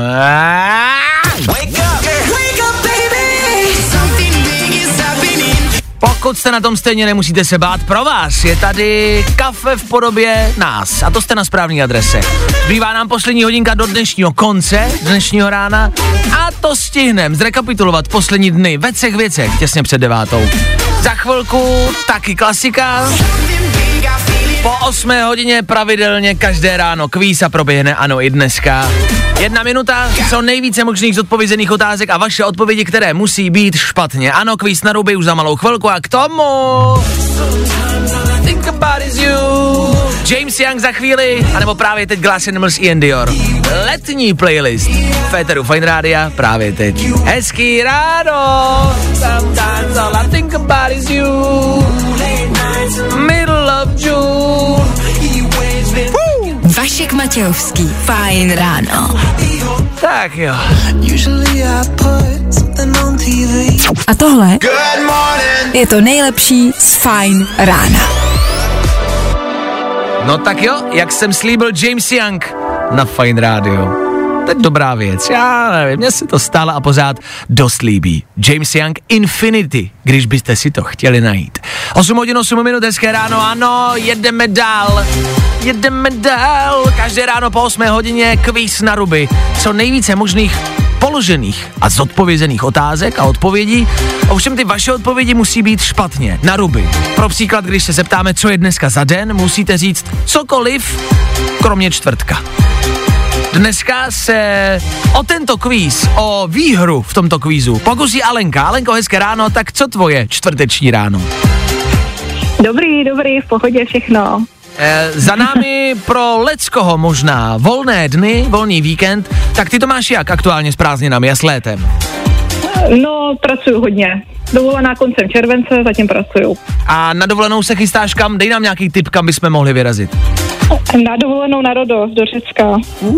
Pokud jste na tom stejně, nemusíte se bát, pro vás je tady kafe v podobě nás. A to jste na správné adrese. Zbývá nám poslední hodinka do dnešního konce, dnešního rána a to stihnem zrekapitulovat poslední dny ve třech věcech těsně před 9. Za chvilku taky klasika. Po 8 hodině pravidelně každé ráno kvíz a proběhne, ano, i dneska. 1 minuta, co nejvíce možných zodpovězených otázek a vaše odpovědi, které musí být špatně. Ano, kvíz na ruby už za malou chvilku a k tomu Think About Is You, James Young za chvíli, anebo právě teď Glass Animals Ian Dior. Letní playlist Féteru Fajn Rádia právě teď. Hezký ráno, sometimes all I think about is you, middle of June. Vašek Matějovský, Fajn ráno. Tak jo. A tohle je to nejlepší z Fajn rána. No tak jo, jak jsem slíbil, James Young na Fajn rádio. To je dobrá věc, já nevím, mně se to stále a pořád dost líbí. James Young Infinity, když byste si to chtěli najít. 8 hodin 8 minut, hezké ráno, ano, jedeme dál. Každé ráno po 8 hodině kvíz na ruby. Co nejvíce možných položených a zodpovězených otázek a odpovědí. Ovšem ty vaše odpovědi musí být špatně, na ruby. Pro příklad, když se zeptáme, co je dneska za den, musíte říct cokoliv, kromě čtvrtka. Dneska se o tento kvíz, o výhru v tomto kvízu pokusí Alenka. Alenko, hezké ráno, tak co tvoje čtvrteční ráno? Dobrý, v pohodě všechno. Za námi pro leckoho možná volné dny, volný víkend, tak ty to máš jak aktuálně s prázdninami a s létem? No, pracuju hodně. Dovolená koncem července, zatím pracuju. A na dovolenou se chystáš kam? Dej nám nějaký tip, kam bychom mohli vyrazit. Na dovolenou na Rhodos, do Řecka.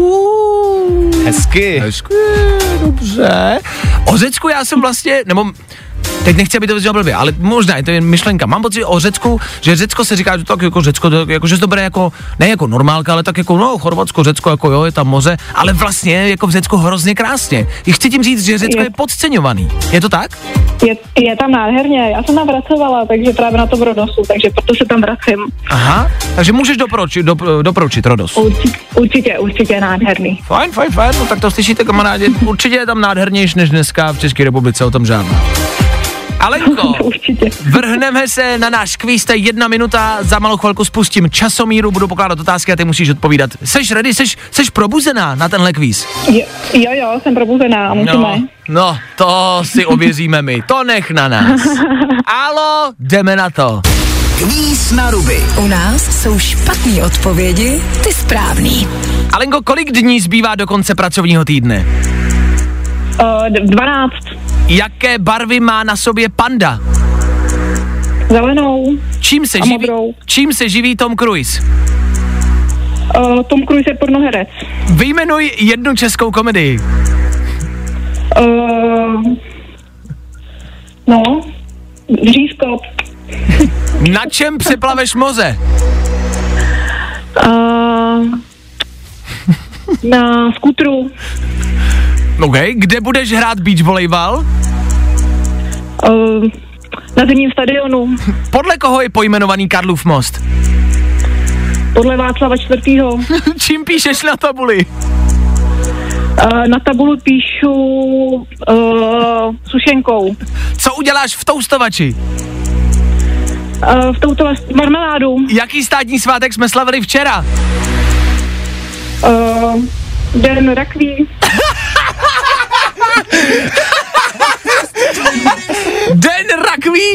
Hezky, dobře. O Řecku já jsem vlastně, nebo teď nechci, aby to vyznělo blbě, ale možná je to jen myšlenka. Mám pocit o Řecku, že Řecko se říká, že tak jako Řecko, jako, že to bude jako, ne jako normálka, ale tak jako, no, Chorvatsko, Řecko, jako jo, je tam moře, ale vlastně jako v Řecku hrozně krásně. I chci tím říct, že Řecko je podceňovaný. Je to tak? Je tam nádherně, já jsem tam pracovala, takže právě na tom Rhodosu, takže proto se tam vracím. Aha, takže můžeš doporučit Rhodos. Určitě nádherný. Fajn, no tak to slyšíte, kamarádi, určitě je tam nádhernější než dneska v České republice, o tom žádná. Alenko, vrhneme se na náš kvíz, to je 1 minuta, za malou chvilku spustím časomíru, budu pokládat otázky a ty musíš odpovídat. Seš ready, seš probuzená na tenhle kvíz? Jo, jsem probuzená, můžeme. No, to si ověříme my, to nech na nás. Alo, jdeme na to. Kvíz na ruby. U nás jsou špatný odpovědi, ty správný. Alenko, kolik dní zbývá do konce pracovního týdne? 12. Jaké barvy má na sobě panda? Zelenou. Čím se živí Tom Cruise? Tom Cruise je pornoherec. Vyjmenuj jednu českou komedii. Řízko. Na čem přeplaveš moře? Na skútru. OK, kde budeš hrát beach volejbal? Na zimním stadionu. Podle koho je pojmenovaný Karlův most? Podle Václava IV. Čím píšeš na tabuli? Na tabulu píšu sušenkou. Co uděláš v toustovači? V touto marmeládu. Jaký státní svátek jsme slavili včera? Den rakví. Den rakví?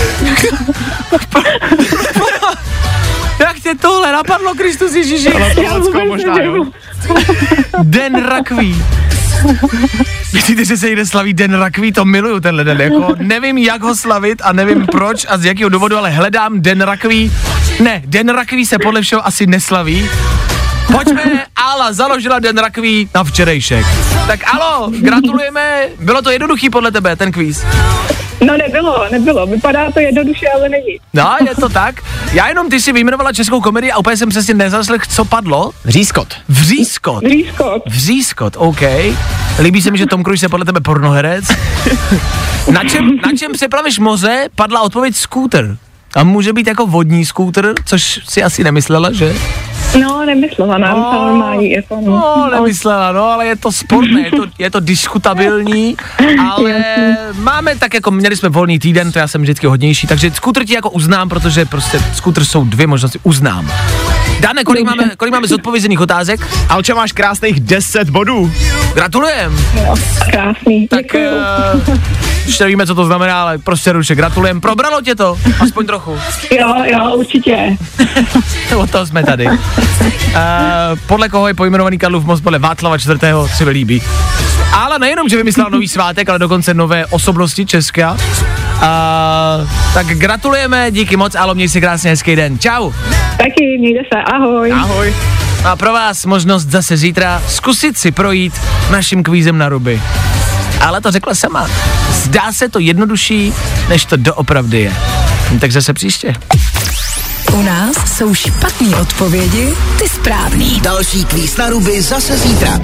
Jak tě tohle napadlo, Kristus Ježíši? Možná, jo. Den rakví. Myslíte, že se někde slaví Den rakví? To miluju tenhle den, jako nevím, jak ho slavit a nevím proč a z jakého důvodu, ale hledám Den rakví. Ne, Den rakví se podle všeho asi neslaví. Pojďme, Ála založila Den rakví na včerejšek. Tak Alo, gratulujeme, bylo to jednoduchý podle tebe, ten kvíz. No nebylo, vypadá to jednoduše, ale není. No, je to tak. Já jenom ty si vyjmenovala českou komedii a úplně jsem přesně nezaslechl, co padlo. Vřískot. Vřískot, OK. Líbí se mi, že Tom Cruise je podle tebe pornoherec. Na čem přeplaveš moře, padla odpověď skúter. A může být jako vodní skúter, což si asi nemyslela, že? No, nemyslela, normální, jako nemyslela, ale je to sportné, je to diskutabilní, ale máme tak jako, měli jsme volný týden, to já jsem vždycky hodnější, takže skútr ti jako uznám, protože prostě skútr jsou dvě možnosti, uznám. Dane, kolik máme zodpovězených otázek? Alčo, máš krásných 10 bodů. Gratulujem. Jo, krásný, tak, děkuju. Už nevíme, co to znamená, ale prostě ruše, gratulujem. Probralo tě to? Aspoň trochu. Jo, určitě. Od toho jsme tady. Podle koho je pojmenovaný Karlův most? Podle Václava IV. Si mi líbí. Ale nejenom, že vymyslela nový svátek, ale dokonce nové osobnosti Česka. Tak gratulujeme, díky moc, Álo, měj si krásně hezký den. Čau. Taky, mějte se, ahoj. Ahoj. A pro vás možnost zase zítra zkusit si projít naším kvízem na ruby. Ale to řekla sama. Zdá se to jednodušší, než to doopravdy je. Tak zase příště. U nás jsou špatné odpovědi, ty správný. Další kvíz na ruby zase zítra.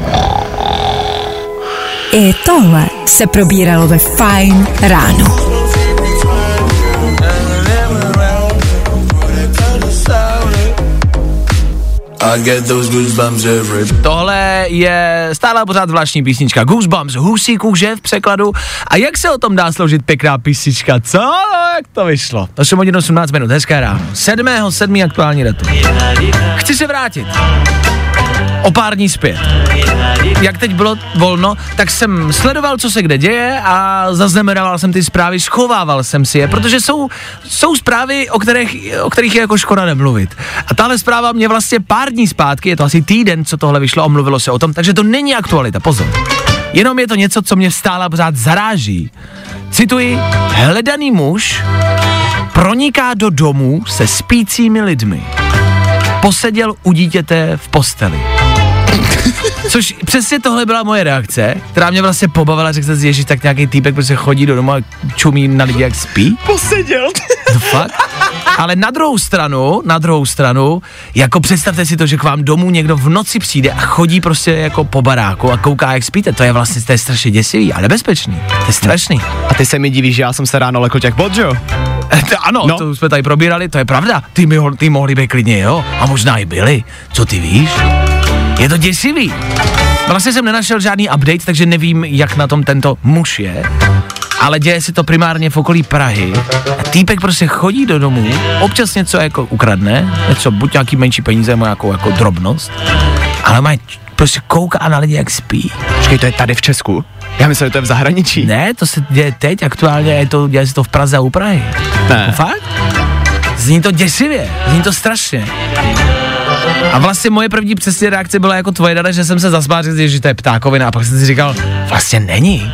I tohle se probíralo ve Fajn ráno. Tohle je stále pořád zvláštní písnička. Goosebumps, husí kůže v překladu. A jak se o tom dá složit pěkná písnička? Co? Jak to vyšlo? 8 hodin 18 minut, hezké ráno. 7. aktuální datum. Chci se vrátit o pár dní zpět. Jak teď bylo volno, tak jsem sledoval, co se kde děje a zaznamenával jsem ty zprávy, schovával jsem si je, protože jsou zprávy, o kterých je jako škoda nemluvit. A tahle zpráva mě vlastně pár dní zpátky, je to asi týden, co tohle vyšlo, omluvilo se o tom, takže to není aktualita, pozor. Jenom je to něco, co mě stále pořád zaráží. Cituji, hledaný muž proniká do domů se spícími lidmi. Poseděl u dítěte v posteli. Což přesně tohle byla moje reakce, která mě vlastně pobavila, řekl jsem si, ježiš, tak nějaký týpek prostě chodí do domu a čumí na lidi, jak spí. Poseděl. To fakt? Ale na druhou stranu, jako představte si to, že k vám domů někdo v noci přijde a chodí prostě jako po baráku a kouká, jak spíte, to je strašně děsivý a nebezpečný, to je strašný. A ty se mi divíš, že já jsem se ráno lekl jak bod, jo? Ano, no. To jsme tady probírali, to je pravda, ty mohli být klidně, jo, a možná i byli, co ty víš? Je to děsivý. Vlastně jsem nenašel žádný update, takže nevím, jak na tom tento muž je, ale děje se to primárně v okolí Prahy. A týpek prostě chodí do domu, občas něco jako ukradne, něco, buď nějaký menší peníze, nebo nějakou jako drobnost, ale má prostě kouká na lidi, jak spí. Počkej, to je tady v Česku? Já myslím, že to je v zahraničí. Ne, to se děje teď, aktuálně děje se to v Praze a u Prahy. Ne. Fakt? Zní to děsivě, zní to strašně. A vlastně moje první přesně reakce byla jako tvoje, Dada, že jsem se zasmál, že to je ptákovina, a pak jsem si říkal, vlastně není.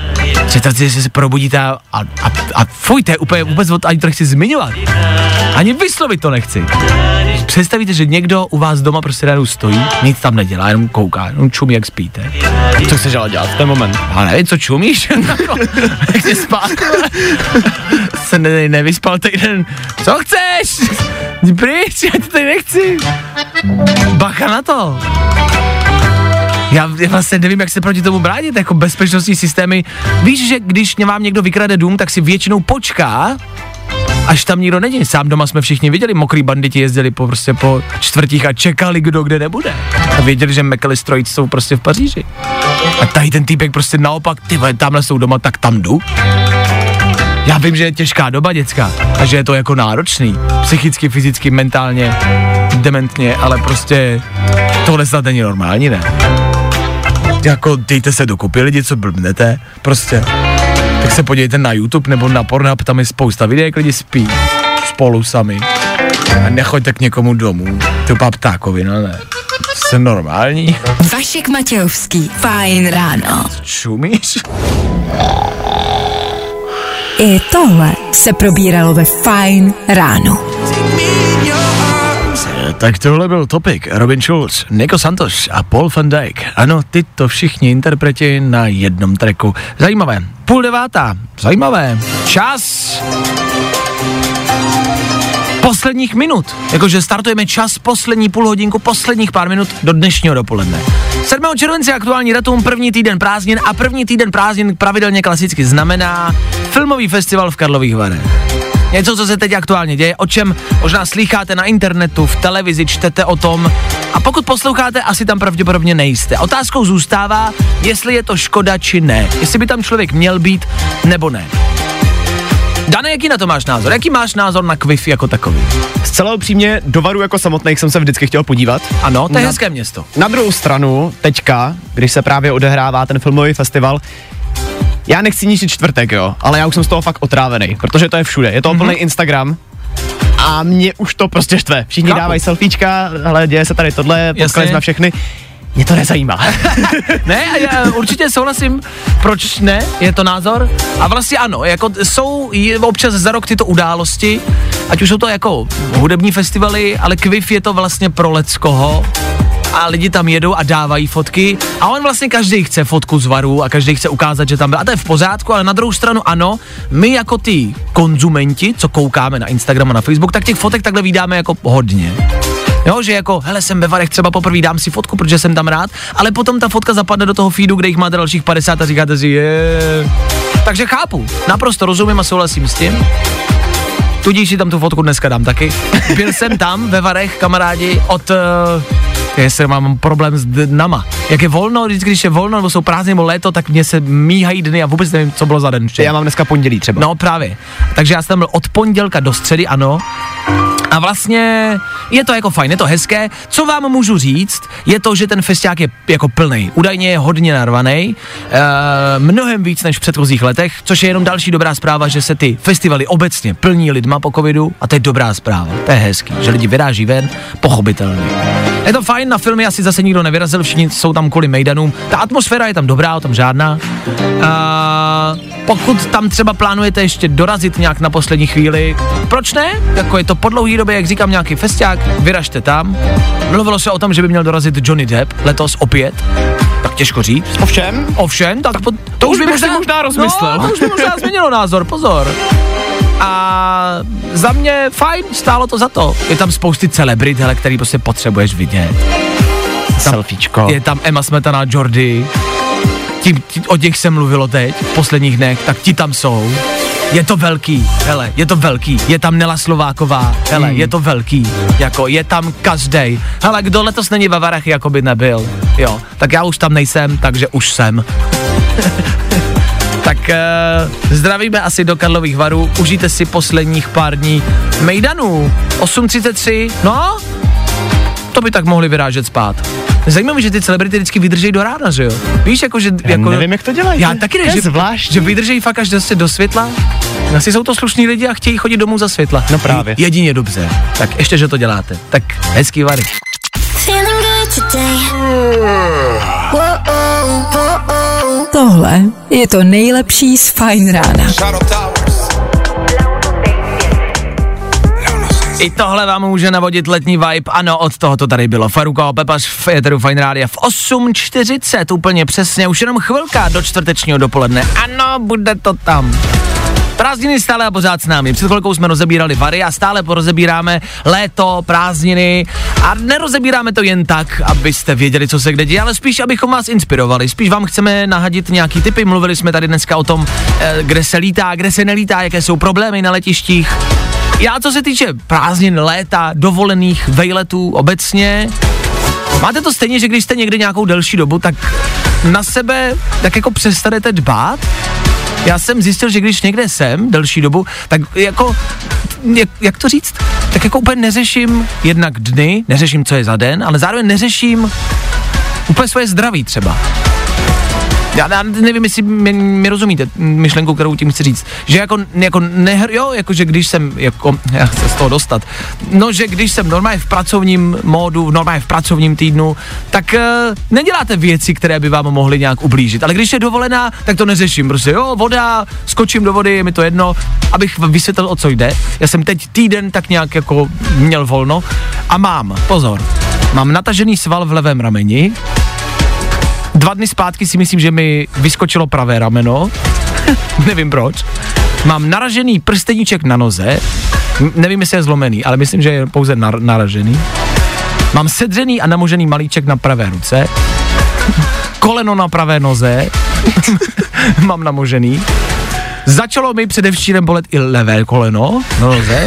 Představte, že se probudíte a fuj, to je úplně vůbec, ani to nechci zmiňovat. Ani vyslovit to nechci. Představíte, že někdo u vás doma prostě ráno stojí, nic tam nedělá, jenom kouká, jenom čumí, jak spíte. Co chceš ale dělat v ten moment? A nevím, co čumíš? Nechci spát. Se nevyspal týden. Co chceš? Pryč, já to tady nechci. Bacha na to. Já vlastně nevím, jak se proti tomu bránit, jako bezpečnostní systémy. Víš, že když vám někdo vykrade dům, tak si většinou počká, až tam nikdo není. Sám doma jsme všichni viděli, mokrý banditi jezdili po čtvrtích a čekali, kdo kde nebude. A věděli, že McAllisteroids jsou prostě v Paříži. A tady ten týpek prostě naopak, ty vole, tamhle jsou doma, tak tam jdu. Já vím, že je těžká doba dětská a že je to jako náročný, psychicky, fyzicky, mentálně, dementně, ale prostě tohle snad není normální, ne? Jako dejte se dokupy, lidi, co blbnete, prostě. Tak se podívejte na YouTube nebo na Pornhub, tam je spousta videí, jak lidi spí spolu sami. A nechoďte k někomu domů, to je ptákovina, ne? Jste normální? Vašek Matějovský, Fajn ráno. Čumíš? I tohle se probíralo ve Fajn ráno. Tak tohle byl Topic, Robin Schulz, Nico Santos a Paul van Dijk. Ano, tyto všichni interpreti na jednom tracku. Zajímavé. 8:30. Zajímavé. Čas posledních minut. Jakože startujeme čas poslední půl hodinku, posledních pár minut do dnešního dopoledne. 7. července aktuální datum, první týden prázdnin a první týden prázdnin pravidelně klasicky znamená filmový festival v Karlových Varech. Něco, co se teď aktuálně děje, o čem možná slýcháte na internetu, v televizi, čtete o tom a pokud posloucháte, asi tam pravděpodobně nejste. Otázkou zůstává, jestli je to škoda či ne, jestli by tam člověk měl být nebo ne. Dane, jaký na to máš názor? Jaký máš názor na Quiff jako takový? Zcela upřímně, do Varu jako samotných jsem se vždycky chtěl podívat. Ano, to je hezké město. Na druhou stranu, teďka, když se právě odehrává ten filmový festival, já nechci ničit čtvrtek, jo, ale já už jsem z toho fakt otrávený, protože to je všude, je to plný Instagram a mě už to prostě štve. Všichni dávají selfiečka, hele, děje se tady tohle, potkali jsme všechny. Mě to nezajímá. Ne, a já určitě souhlasím, proč ne, je to názor. A vlastně ano, jako jsou občas za rok tyto události, ať už jsou to jako hudební festivaly, ale Quiff je to vlastně pro leckoho a lidi tam jedou a dávají fotky a on vlastně každý chce fotku z Varu a každý chce ukázat, že tam byl. A to je v pořádku, ale na druhou stranu ano, my jako ty konzumenti, co koukáme na Instagram a na Facebook, tak těch fotek takhle vydáme jako hodně. Jo, že jako, hele, jsem ve Varech, třeba poprvé dám si fotku, protože jsem tam rád, ale potom ta fotka zapadne do toho feedu, kde jich máte dalších 50 a říkáte si, Takže chápu, naprosto rozumím a souhlasím s tím. Tudíž si tam tu fotku dneska dám taky. Byl jsem tam ve Varech, kamarádi, jestli mám problém s dnama. Jak je volno, vždycky, když je volno, nebo jsou prázdniny, nebo léto, tak mě se míhají dny a vůbec nevím, co bylo za den. Já mám dneska pondělí třeba. No právě. Takže já jsem tam byl od pondělka do středy, ano. A vlastně je to jako fajn, je to hezké. Co vám můžu říct, je to, že ten festiák je jako plnej. Údajně je hodně narvanej, mnohem víc než v předchozích letech, což je jenom další dobrá zpráva, že se ty festivaly obecně plní lidma po covidu a to je dobrá zpráva. To je hezký, že lidi vyráží ven, pochopitelně. Je to fajn, na filmy asi zase nikdo nevyrazil, všichni jsou tam kvůli mejdanům. Ta atmosféra je tam dobrá, o tom žádná. Pokud tam třeba plánujete ještě dorazit nějak na poslední chvíli, proč ne? Jako je to po dlouhý době, jak říkám, nějaký festiák, vyražte tam. Mluvilo se o tom, že by měl dorazit Johnny Depp letos opět. Tak těžko říct. Ovšem, tak to už by možná rozmyslel. No, to už by možná změnilo názor, pozor. A za mě fajn, stálo to za to. Je tam spousty celebrit, hele, který prostě potřebuješ vidět. Selfiečko. Je tam Emma Smetana, Jordy. O těch se mluvilo teď, v posledních dnech, tak ti tam jsou. Je to velký, hele, je to velký. Je tam Nela Slováková, hele, je to velký. Jako, je tam každej. Hele, kdo letos není ve Varech, jako by nebyl. Jo, tak já už tam nejsem, takže už jsem. Tak zdravíme asi do Karlových Varů, užijte si posledních pár dní mejdanů. 8:33, no, to by tak mohli vyrážet spát. Zajímavé, že ty celebrity vždycky vydrží do rána, že jo? Víš, jako, že... Já nevím, jak to dělají. Já taky ne, že vydrží fakt až do světla. Asi jsou to slušní lidi a chtějí chodit domů za světla. No právě. Jedině dobře. Tak ještě, že to děláte. Tak hezký Vary. tohle je to nejlepší z Fajn rána. I tohle vám může navodit letní vibe, ano, od toho to tady bylo. Faruko a Pepas v éteru Fajn rádia v 8:40, úplně přesně, už jenom chvilka do čtvrtečního dopoledne. Ano, bude to tam. Prázdniny stále a pořád s námi. Před chvilkou jsme rozebírali vary a stále porozebíráme léto, prázdniny a nerozebíráme to jen tak, abyste věděli, co se kde děje, ale spíš, abychom vás inspirovali. Spíš vám chceme nahadit nějaký tipy. Mluvili jsme tady dneska o tom, kde se lítá, kde se nelítá, jaké jsou problémy na letištích. Já, co se týče prázdnin, léta, dovolených, vejletů obecně, máte to stejně, že když jste někde nějakou delší dobu, tak na sebe tak jako přestanete dbát? Já jsem zjistil, že když někde jsem delší dobu, tak jako, jak to říct, tak jako úplně neřeším jednak dny, neřeším, co je za den, ale zároveň neřeším úplně svoje zdraví třeba. Já nevím, jestli mi rozumíte myšlenku, kterou tím chci říct. Že že když jsem, já se z toho dostat, no, že když jsem normálně v pracovním módu, normálně v pracovním týdnu, tak neděláte věci, které by vám mohly nějak ublížit. Ale když je dovolená, tak to neřeším. Prostě voda, skočím do vody, je mi to jedno, abych vysvětlil, o co jde. Já jsem teď týden tak nějak jako měl volno a mám natažený sval v levém rameni. 2 dny zpátky si myslím, že mi vyskočilo pravé rameno, nevím proč. Mám naražený prsteníček na noze, nevím, jestli je zlomený, ale myslím, že je pouze naražený. Mám sedřený a namožený malíček na pravé ruce, koleno na pravé noze, mám namožený. Začalo mi předevčírem bolet i levé koleno na noze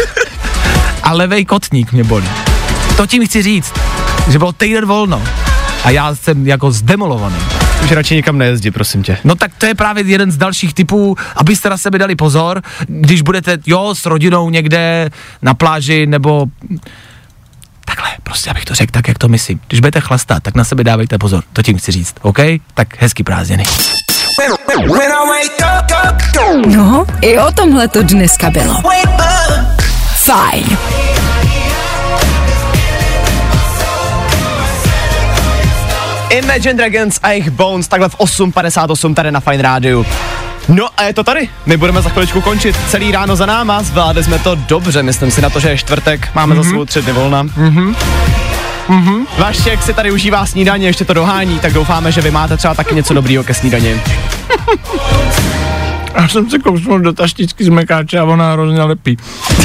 a levej kotník mě bolí. To tím chci říct, že bylo týden volno. A já jsem jako zdemolovaný. Už radši nikam nejezdí, prosím tě. No tak to je právě jeden z dalších typů, abyste na sebe dali pozor, když budete, s rodinou někde na pláži, nebo takhle, prostě abych to řekl tak, jak to myslím. Když budete chlastat, tak na sebe dávejte pozor, to tím chci říct, OK? Tak hezký prázdniny. No, i o tomhle to dneska bylo. Fajn. Imagine Dragons a jejich Bones, takhle v 8:58 tady na Fajn rádiu. No a je to tady, my budeme za chviličku končit, celý ráno za náma, zvládli jsme to dobře, myslím si na to, že je čtvrtek, máme za sebou 3 dny volna. Vaštěk si tady užívá snídaně, ještě to dohání, tak doufáme, že vy máte třeba taky něco dobrýho ke snídani. Já jsem se kousnul do taštičky z mekáče a ona hrozně lepí.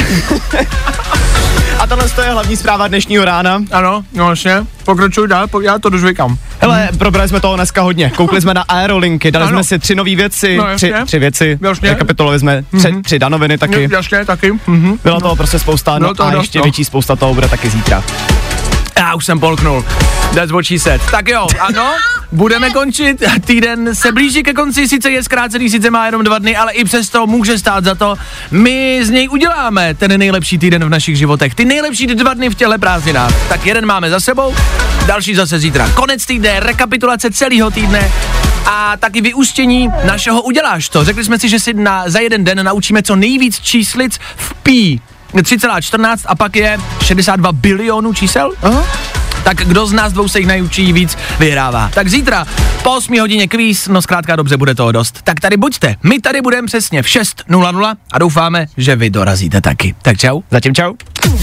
A tohle je hlavní zpráva dnešního rána. Ano, no vlastně, pokračuj dál, já to dožvykám. Hele, probrali jsme toho dneska hodně, koukli jsme na aerolinky, dali jsme si 3 nové věci, no, 3 věci, rekapitulovali jsme 3 danoviny taky. Jasně, taky. Bylo toho prostě spousta, a ještě větší spousta toho bude taky zítra. Já už jsem polknul. That's what she said. Tak jo, ano, budeme končit. Týden se blíží ke konci, sice je zkrácený, sice má jenom 2 dny, ale i přesto může stát za to. My z něj uděláme ten nejlepší týden v našich životech. Ty nejlepší 2 dny v těchto prázdninách. Tak jeden máme za sebou, další zase zítra. Konec týdne, rekapitulace celého týdne a taky vyústění našeho uděláš to. Řekli jsme si, že si za jeden den naučíme co nejvíc číslic v pí. 3,14 a pak je 62 bilionů čísel. Aha. Tak kdo z nás dvou se jich naučí víc, vyhrává. Tak zítra po 8 hodině kvíz, no zkrátka dobře, bude toho dost. Tak tady buďte, my tady budeme přesně v 6:00 a doufáme, že vy dorazíte taky. Tak čau. Zatím čau.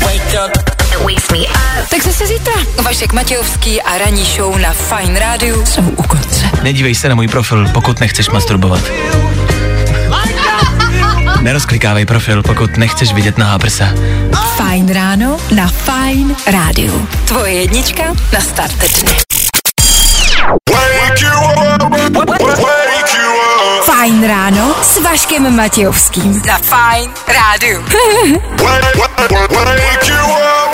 Tak zase zítra. Vašek Matějovský a ranní show na Fajn rádiu jsou u konce. Nedívej se na můj profil, pokud nechceš masturbovat. Nerozklikávej profil, pokud nechceš vidět nahá prsa. Fajn ráno na Fajn rádiu. Tvoje jednička na start dne. Fajn ráno s Vaškem Matějovským na Fajn rádiu.